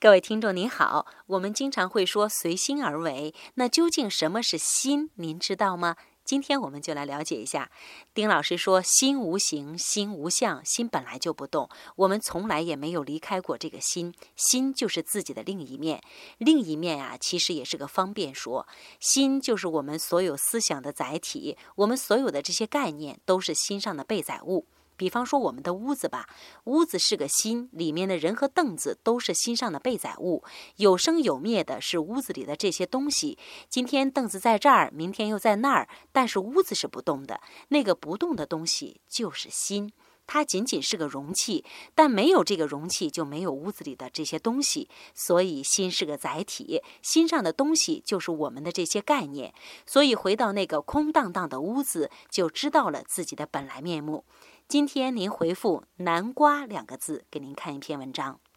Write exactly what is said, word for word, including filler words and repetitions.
各位听众您好，我们经常会说随心而为，那究竟什么是心？您知道吗？今天我们就来了解一下。丁老师说，心无形，心无相，心本来就不动，我们从来也没有离开过这个心，心就是自己的另一面。另一面啊，其实也是个方便说，心就是我们所有思想的载体，我们所有的这些概念都是心上的备载物。比方说我们的屋子吧，屋子是个心，里面的人和凳子都是心上的备载物，有生有灭的是屋子里的这些东西。今天凳子在这儿，明天又在那儿，但是屋子是不动的，那个不动的东西就是心。它仅仅是个容器，但没有这个容器就没有屋子里的这些东西，所以心是个载体，心上的东西就是我们的这些概念。所以回到那个空荡荡的屋子，就知道了自己的本来面目。今天您回复南瓜两个字，给您看一篇文章。